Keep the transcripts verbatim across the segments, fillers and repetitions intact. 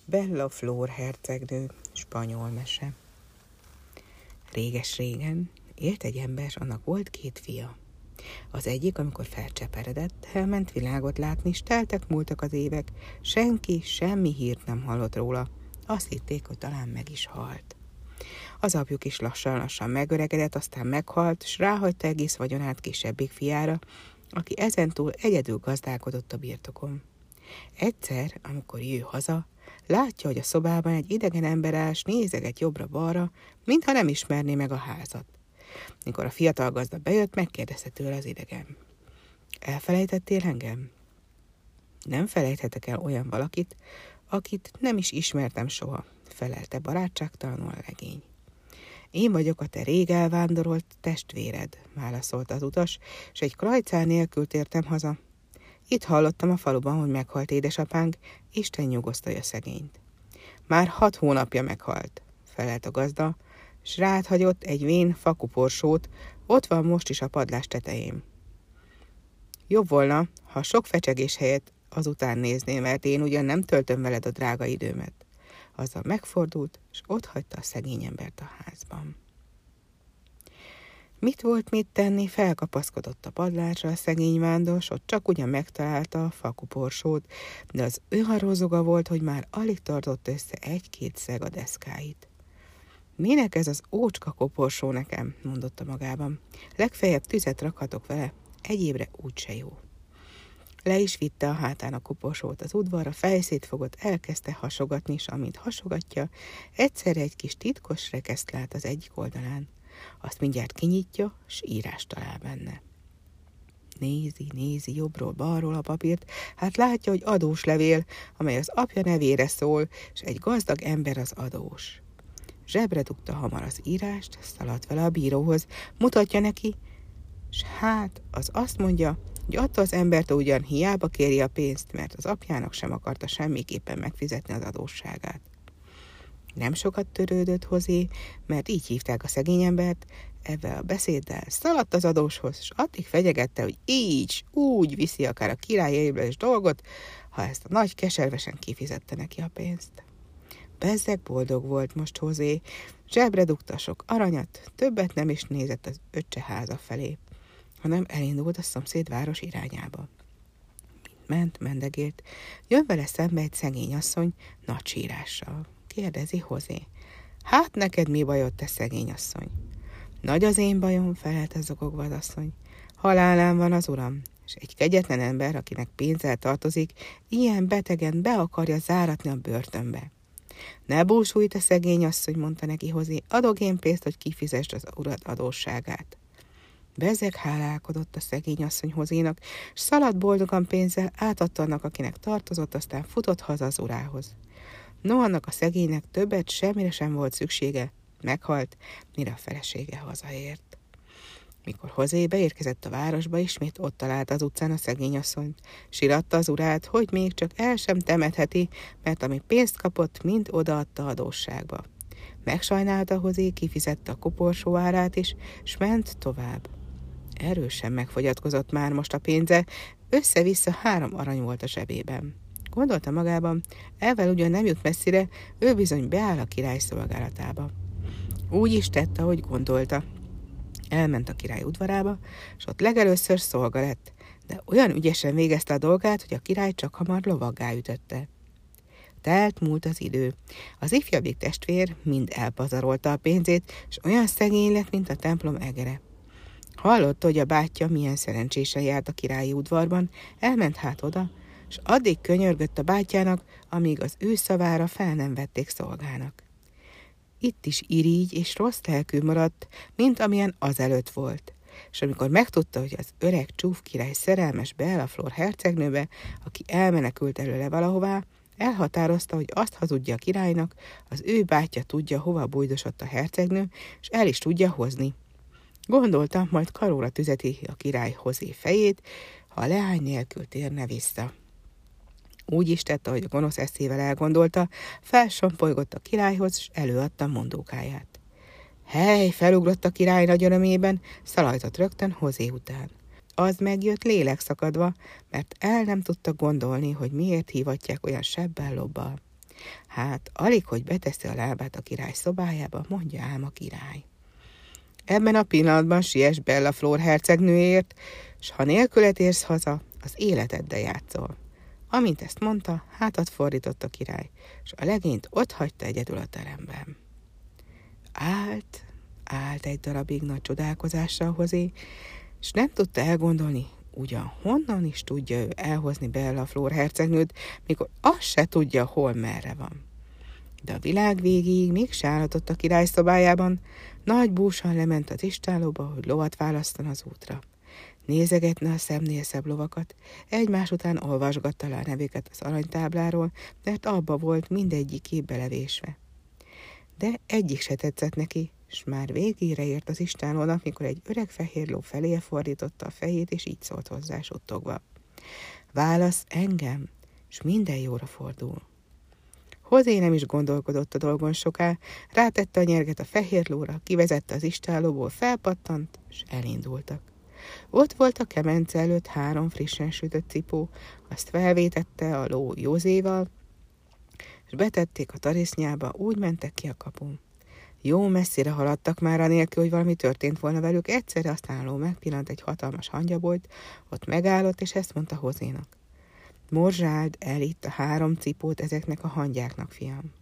Bella Flor hercegnő, spanyol mese. Réges-régen élt egy ember, s annak volt két fia. Az egyik, amikor felcseperedett, elment világot látni, s teltek múltak az évek, senki semmi hírt nem hallott róla. Azt hitték, hogy talán meg is halt. Az apjuk is lassan-lassan megöregedett, aztán meghalt, s ráhagyta egész vagyonát kisebbik fiára, aki ezentúl egyedül gazdálkodott a birtokon. Egyszer, amikor jő haza, látja, hogy a szobában egy idegen ember áll, s nézeget jobbra-balra, mintha nem ismerné meg a házat. Mikor a fiatal gazda bejött, megkérdezte tőle az idegen. Elfelejtettél engem? Nem felejthetek el olyan valakit, akit nem is ismertem soha, felelte barátságtalanul a legény. Én vagyok a te rég elvándorolt testvéred, válaszolta az utas, s egy krajcár nélkül tértem haza. Itt hallottam a faluban, hogy meghalt édesapánk, Isten nyugosztalja szegényt. Már hat hónapja meghalt, felelt a gazda, s rád hagyott egy vén fakuporsót, ott van most is a padlás tetején. Jobb volna, ha sok fecsegés helyett azután néznél, mert én ugyan nem töltöm veled a drága időmet. Azzal megfordult, és otthagyta a szegény embert a házban. Mit volt mit tenni, felkapaszkodott a padlásra a szegény vándor, s ott csak ugyan megtalálta a fakuporsót, de az olyan rozoga volt, hogy már alig tartott össze egy-két szeg a deszkáit. Minek ez az ócska koporsó nekem, mondotta magában. Legfeljebb tüzet rakhatok vele, egyébre úgyse jó. Le is vitte a hátán a koporsót az udvarra, fejszét fogott, elkezdte hasogatni, s amint hasogatja, egyszerre egy kis titkos rekeszt lát az egyik oldalán. Azt mindjárt kinyitja, s írást talál benne. Nézi, nézi jobbról, balról a papírt, hát látja, hogy adós levél, amely az apja nevére szól, s egy gazdag ember az adós. Zsebre dugta hamar az írást, szaladt vele a bíróhoz, mutatja neki, s hát az azt mondja, hogy attól az embertől ugyan hiába kéri a pénzt, mert az apjának sem akarta semmiképpen megfizetni az adósságát. Nem sokat törődött José, mert így hívták a szegény embert, ebben a beszéddel szaladt az adóshoz, és addig fegyegette, hogy így, úgy viszi akár a király érvényes dolgot, ha ezt a nagy keservesen kifizette neki a pénzt. Bezzeg boldog volt most José, zsebre dugta sok aranyat, többet nem is nézett az öccse háza felé, hanem elindult a szomszéd város irányába. Ment, mendegélt, jön vele szembe egy szegény asszony nagy sírással. Kérdezi José. Hát neked mi bajod, te szegény asszony? Nagy az én bajom, felelte zokogva az asszony. Halálán van az uram, és egy kegyetlen ember, akinek pénzzel tartozik, ilyen betegen be akarja záratni a börtönbe. Ne búsulj, te szegény asszony, mondta neki José, adok én pénzt, hogy kifizesd az urad adósságát. Bezzeg hálálkodott a szegény asszony Josénak, s szaladt boldogan pénzzel átadta annak, akinek tartozott, aztán futott haza az urához. No, annak a szegénynek többet semmire sem volt szüksége, meghalt, mire a felesége hazaért. Mikor José beérkezett a városba, ismét ott találta az utcán a szegény asszonyt. Síratta az urát, hogy még csak el sem temetheti, mert ami pénzt kapott, mind odaadta adósságba. Megsajnálta José, kifizette a koporsó árát is, s ment tovább. Erősen megfogyatkozott már most a pénze, össze-vissza három arany volt a zsebében. Gondolta magában, ezzel ugyan nem jut messzire, ő bizony beáll a király szolgálatába. Úgy is tette, ahogy gondolta. Elment a király udvarába, s ott legelőször szolga lett, de olyan ügyesen végezte a dolgát, hogy a király csak hamar lovaggá ütötte. Telt múlt az idő. Az ifjabbik testvér mind elpazarolta a pénzét, s olyan szegény lett, mint a templom egere. Hallotta, hogy a bátyja milyen szerencsésen járt a királyi udvarban, elment hát oda, s addig könyörgött a bátyjának, amíg az ő szavára fel nem vették szolgának. Itt is irigy és rossz lelkű maradt, mint amilyen azelőtt volt, és amikor megtudta, hogy az öreg csúf király szerelmes Bella Flor hercegnőbe, aki elmenekült előle valahová, elhatározta, hogy azt hazudja a királynak, az ő bátyja tudja, hova bújdosott a hercegnő, és el is tudja hozni. Gondolta, majd karóra tüzeti a király José fejét, ha a leány nélkül térne vissza. Úgy is tette, hogy a gonosz eszével elgondolta, felsompolygott a királyhoz, és előadta mondókáját. Hely, felugrott a király nagy örömében, szalajtott rögtön José után. Az megjött lélekszakadva, mert el nem tudta gondolni, hogy miért hívatják olyan sebbel lobbal. Hát, alig, hogy beteszi a lábát a király szobájába, mondja ám a király. Ebben a pillanatban siess Bella Flor hercegnőért, s ha nélkület érsz haza, az életeddel játszol. Amint ezt mondta, hátat fordított a király, s a legényt ott hagyta egyedül a teremben. Állt, állt egy darabig nagy csodálkozással Hozé, s nem tudta elgondolni, ugyan honnan is tudja ő elhozni Bella Flor hercegnőt, mikor azt se tudja, hol merre van. De a világ végéig még sállatott a király szobájában, nagy búsan lement az istállóba, hogy lovat válasszon az útra. Nézegetne a szemnél szebb lovakat, egymás után olvasgatta le a nevüket az aranytábláról, mert abba volt mindegyiké belevésve. De egyik se tetszett neki, s már végére ért az istállónak, mikor egy öreg fehér ló felé fordította a fejét, és így szólt hozzá suttogva. Válasz engem, s minden jóra fordul. Hozé nem is gondolkodott a dolgon soká, rátette a nyerget a fehér lóra, kivezette az istállóból, felpattant, és elindultak. Ott volt a kemence előtt három frissen sütött cipó, azt felvétette a ló Józéval, és betették a tarisznyába, úgy mentek ki a kapun. Jó messzire haladtak már anélkül, hogy valami történt volna velük, egyszerre aztán a ló megpillant egy hatalmas hangyabolyt, ott megállott, és ezt mondta Hozénak. Morzsáld el itt a három cipót ezeknek a hangyáknak, fiam.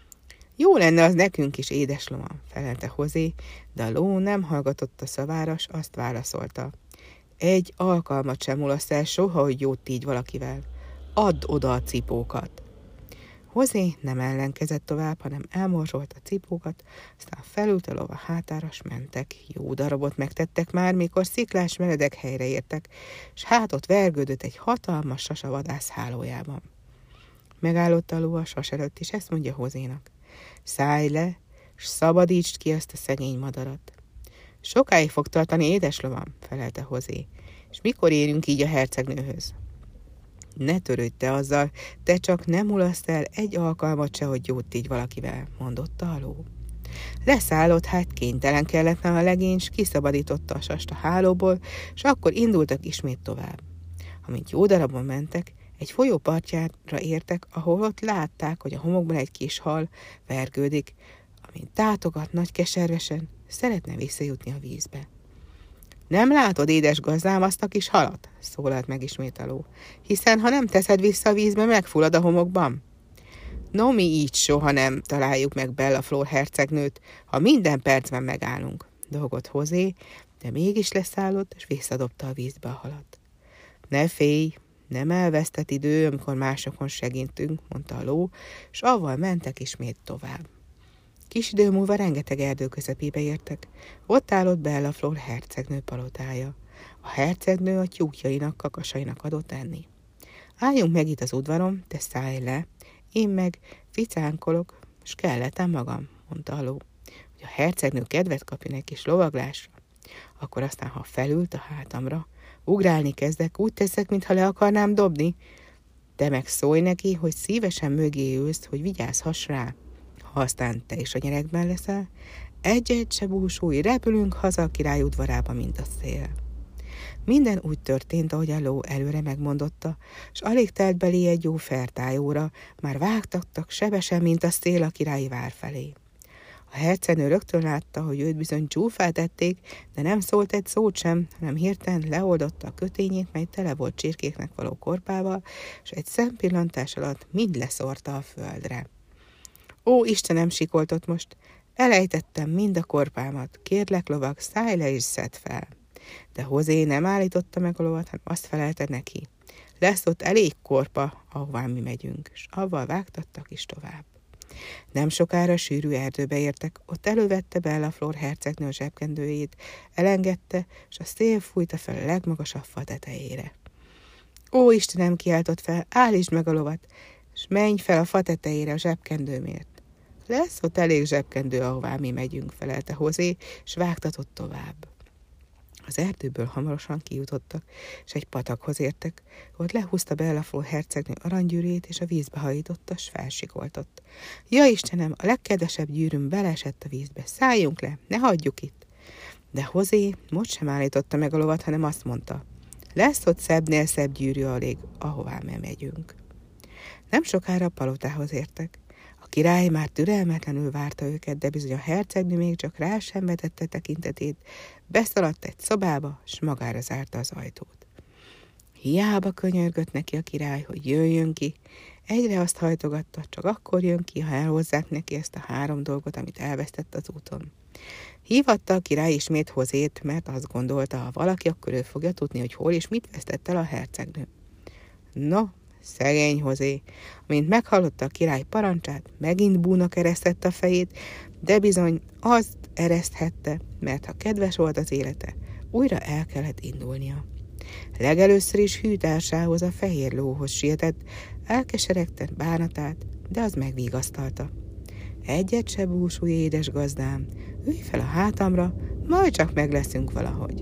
Jó lenne az nekünk is, édes lovam, felelte Hozé, de a ló nem hallgatott a szavára, s azt válaszolta. Egy alkalmat sem mulaszt el soha, hogy jót tégy valakivel. Add oda a cipókat. Hozé nem ellenkezett tovább, hanem elmorzsolt a cipókat, aztán felült a lova hátára, s mentek. Jó darabot megtettek már, mikor sziklás meredek helyre értek, s hát ott vergődött egy hatalmas sasavadász hálójában. Megállott a ló a sas előtt, és ezt mondja Hozénak. Szállj le, s szabadítsd ki azt a szegény madarat. Sokáig fog tartani, édes lovam, felelte Hozé, és mikor érünk így a hercegnőhöz? Ne törődj te azzal, te csak nem mulaszt el egy alkalmat se, hogy jót tégy valakivel, mondotta a ló. Leszállott, hát kénytelen kellett a legény, s kiszabadította a sast a hálóból, s akkor indultak ismét tovább. Amint jó darabon mentek, egy folyó partjára értek, ahol ott látták, hogy a homokban egy kis hal vergődik, amint tátogat nagy keservesen, szeretne visszajutni a vízbe. Nem látod, édes gazdám, azt a kis halat? Szólalt meg ismét a ló. Hiszen, ha nem teszed vissza a vízbe, megfullad a homokban. No, mi így soha nem találjuk meg Bella Flor hercegnőt, ha minden percben megállunk, dolgott Hozé, de mégis leszállott, és visszadobta a vízbe a halat. Ne félj, nem elvesztett idő, amikor másokon segítünk, mondta a ló, s avval mentek ismét tovább. Kis idő múlva rengeteg erdő közepébe értek. Ott állott Bella Flor hercegnő palotája. A hercegnő a tyúkjainak, kakasainak adott enni. Álljunk meg itt az udvaron, te szállj le, én meg ficánkolok, s kelletem magam, mondta a ló, hogy a hercegnő kedvet kapjon egy kis lovaglásra. Akkor aztán, ha felült a hátamra, ugrálni kezdek, úgy teszek, mintha le akarnám dobni. Te meg szólj neki, hogy szívesen mögé ülsz, hogy vigyázhass rá. Ha aztán te is a nyeregben leszel, egy-egy se búsulj, repülünk haza a király udvarába, mint a szél. Minden úgy történt, ahogy a ló előre megmondotta, s alig telt belé egy jó fertájóra, már vágtattak sebesen, mint a szél a királyi vár felé. A hercegnő rögtön látta, hogy őt bizony csúfát ették, de nem szólt egy szót sem, hanem hirtelen leoldotta a kötényét, mely tele volt csirkéknek való korpával, és egy szempillantás alatt mind leszórta a földre. Ó, Istenem, sikoltott most, elejtettem mind a korpámat, kérlek lovag, szállj le és szedd fel. De Hozé nem állította meg a lovat, hanem azt felelte neki. Lesz ott elég korpa, ahová mi megyünk, és avval vágtattak is tovább. Nem sokára sűrű erdőbe értek, ott elővette Bella Flor hercegnő a zsebkendőjét, elengedte, és a szél fújta fel a legmagasabb fa tetejére. Ó, Istenem, kiáltott fel, állítsd meg a lovat, és menj fel a fa tetejére a zsebkendőmért. Lesz ott elég zsebkendő, ahová mi megyünk, felelte Hozé, és vágtatott tovább. Az erdőből hamarosan kijutottak, és egy patakhoz értek, ott lehúzta Bella Flor hercegnő aranygyűrűjét, és a vízbe hajította, s felsikoltott. Ja, Istenem, a legkedvesebb gyűrűm beleesett a vízbe, szálljunk le, ne hagyjuk itt. De Hozé most sem állította meg a lovat, hanem azt mondta, lesz ott szebbnél szebb gyűrű alig, ahová mi megyünk. Nem sokára a palotához értek. A király már türelmetlenül várta őket, de bizony a hercegnő még csak rá sem vetette tekintetét, beszaladt egy szobába, s magára zárta az ajtót. Hiába könyörgött neki a király, hogy jöjjön ki, egyre azt hajtogatta, csak akkor jön ki, ha elhozzák neki ezt a három dolgot, amit elvesztett az úton. Hívatta a király ismét Hozét, mert azt gondolta, ha valaki, akkor ő fogja tudni, hogy hol és mit vesztett el a hercegnő. No, szegény Hozé, amint meghallotta a király parancsát, megint búnak eresztette a fejét, de bizony azt ereszthette, mert ha kedves volt az élete, újra el kellett indulnia. Legelőször is hűtársához, a fehér lóhoz sietett, elkeseregten bánatát, de az megvigasztalta. Egyet se búsulj, édes gazdám, ülj fel a hátamra, majd csak meg leszünk valahogy.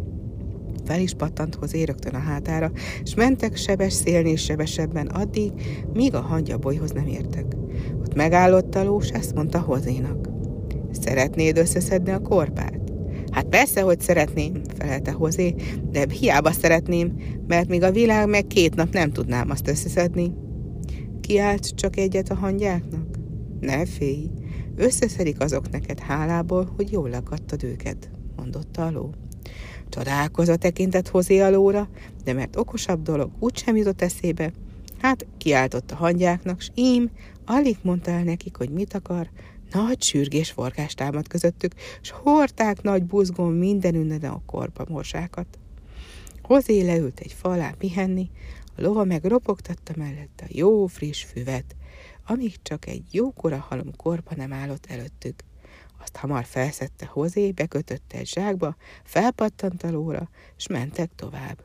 Fel is pattant Hozé rögtön a hátára, s mentek sebes szélnél sebesebben addig, míg a hangyabolyhoz nem értek. Ott megállott a ló, s ezt mondta Hozénak. Szeretnéd összeszedni a korpát? Hát persze, hogy szeretném, felelte Hozé, de hiába szeretném, mert még a világ meg két nap nem tudnám azt összeszedni. Kiálts csak egyet a hangyáknak? Ne félj, összeszedik azok neked hálából, hogy jól lakadtad őket, mondotta a ló. Csodálkozva tekintett Hozé a lóra, de mert okosabb dolog úgysem jutott eszébe, hát kiáltott a hangyáknak, s ím alig mondta el nekik, hogy mit akar, nagy sürgés forgás támad közöttük, s hordták nagy buzgón mindenünnen a korpa morsákat. Hozé leült egy fa alá pihenni, a lova meg ropogtatta mellette a jó friss füvet, amíg csak egy jókora halom korpa nem állott előttük. Azt hamar felszedte Hozé, bekötötte egy zsákba, felpattant a lóra, s mentek tovább.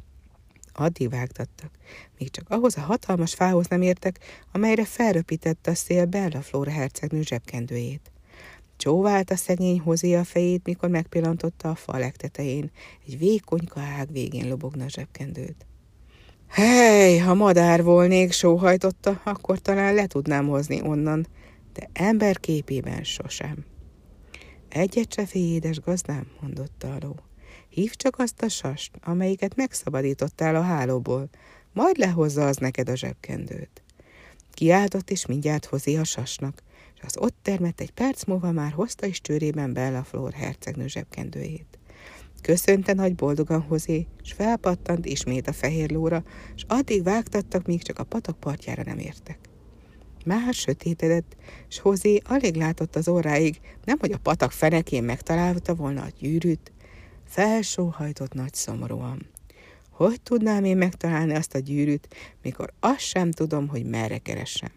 Addig vágtattak, míg csak ahhoz a hatalmas fához nem értek, amelyre felröpítette a szél Bellaflor hercegnő zsebkendőjét. Csóvált a szegény Hozé a fejét, mikor megpillantotta a fa legtetején, egy vékonyka ág végén lobogna a zsebkendőt. Hely, ha madár volnék, sóhajtotta, akkor talán le tudnám hozni onnan, de ember képében sosem. Egyet se félj, édes gazdám, mondotta a ló. Hívd csak azt a sast, amelyiket megszabadítottál a hálóból, majd lehozza az neked a zsebkendőt. Kiáltott és mindjárt Hozé a sasnak, és az ott termett egy perc múlva már hozta is csőrében Bellaflor hercegnő zsebkendőjét. Köszönte nagy boldogan Hozé, s felpattant ismét a fehér lóra, s addig vágtattak, míg csak a patak partjára nem értek. Már sötétedett, s Hozé alig látott az orráig, nemhogy a patak fenekén megtalálta volna a gyűrűt. Felsóhajtott nagy szomorúan. Hogy tudnám én megtalálni azt a gyűrűt, mikor azt sem tudom, hogy merre keressem?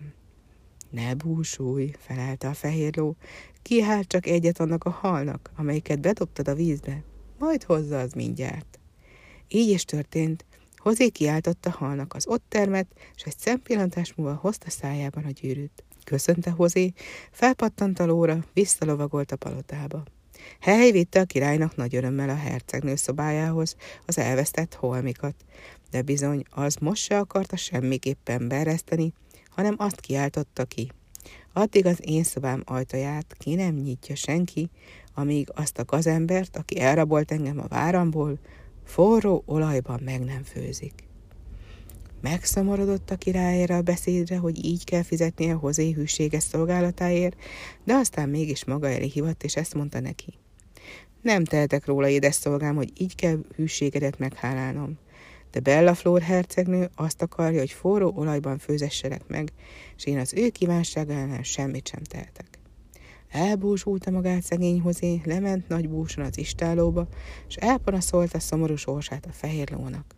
Ne búsulj, felelte a fehér ló, kihált csak egyet annak a halnak, amelyiket bedobtad a vízbe, majd hozza az mindjárt. Így is történt. Hozé kiáltotta halnak az ott termet, és egy szempillantás múlva hozta szájában a gyűrűt. Köszönte Hozé, felpattant a lóra, visszalovagolt a palotába. Hely vitte a királynak nagy örömmel a hercegnő szobájához az elvesztett holmikat, de bizony az most se akarta semmiképpen beereszteni, hanem azt kiáltotta ki. Addig az én szobám ajtaját ki nem nyitja senki, amíg azt a gazembert, aki elrabolt engem a váramból, forró olajban meg nem főzik. Megszomorodott a király erre a beszédre, hogy így kell fizetnie Hozé hűséges szolgálatáért, de aztán mégis maga elé hívatt, és ezt mondta neki. Nem tehetek róla, édes szolgám, hogy így kell hűségedet meghálálnom, de Bellaflor hercegnő azt akarja, hogy forró olajban főzessenek meg, és én az ő kívánsága ellen semmit sem tehetek. Elbúsulta magát szegény Hozé, lement nagy búson az istállóba, és elpanaszolta szomorú sorsát a fehér lónak.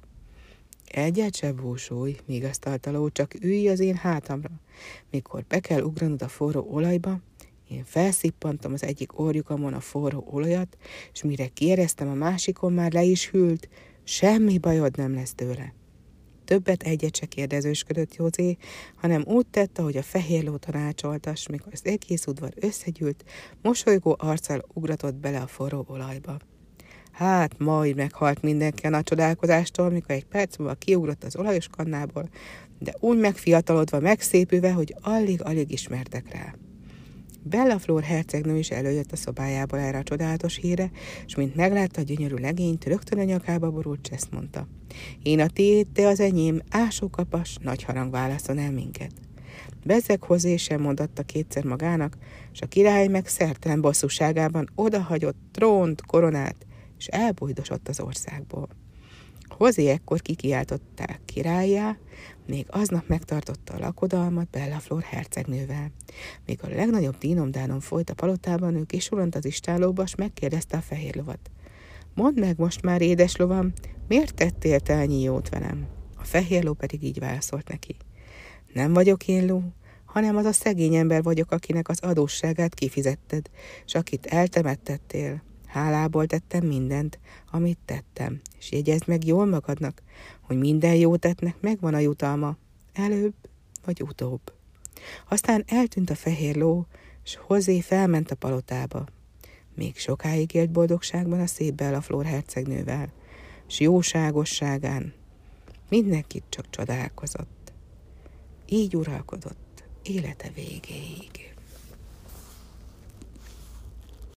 Egyet se búsulj, vigasztalta a ló, csak ülj az én hátamra. Mikor be kell ugranod a forró olajba, én felszippantom az egyik orjukamon a forró olajat, és mire kiereztem, a másikon már le is hűlt, semmi bajod nem lesz tőle. Többet egyet se kérdezősködött Hozé, hanem úgy tett, ahogy a fehér ló tanácsolta, s mikor az egész udvar összegyűlt, mosolygó arccal ugratott bele a forró olajba. Hát, majd meghalt mindenki a nagy csodálkozástól, mikor egy perc múlva kiugrott az olajos kannából, de úgy megfiatalodva, megszépülve, hogy alig-alig ismertek rá. Bellaflor hercegnő is előjött a szobájából erre a csodálatos híre, és mint meglátta a gyönyörű legényt, rögtön a nyakába borult, s ezt mondta. Én a tiéd, te az enyém, ásókapas, nagy harang válaszol el minket. Bezzeg Hozé sem mondatta kétszer magának, s a király meg szertelen bosszúságában odahagyott trónt, koronát, és elbújdosott az országból. Hozé ekkor kikiáltották királlyá, még aznap megtartotta a lakodalmat Bella Flor hercegnővel. Míg a legnagyobb dínomdánom folyt a palotában, ő kisulant az istállóba, s megkérdezte a fehér lovat. Mondd meg most már, édes lovam, miért tettél te annyi jót velem? A fehér ló pedig így válaszolt neki. Nem vagyok én ló, hanem az a szegény ember vagyok, akinek az adósságát kifizetted, s akit eltemettettél. Hálából tettem mindent, amit tettem, és jegyezd meg jól magadnak, hogy minden jó tettnek megvan a jutalma, előbb vagy utóbb. Aztán eltűnt a fehér ló, s Hozé felment a palotába. Még sokáig élt boldogságban a szép Bella Flor hercegnővel, s jóságosságán mindenkit csak csodálkozott. Így uralkodott élete végéig.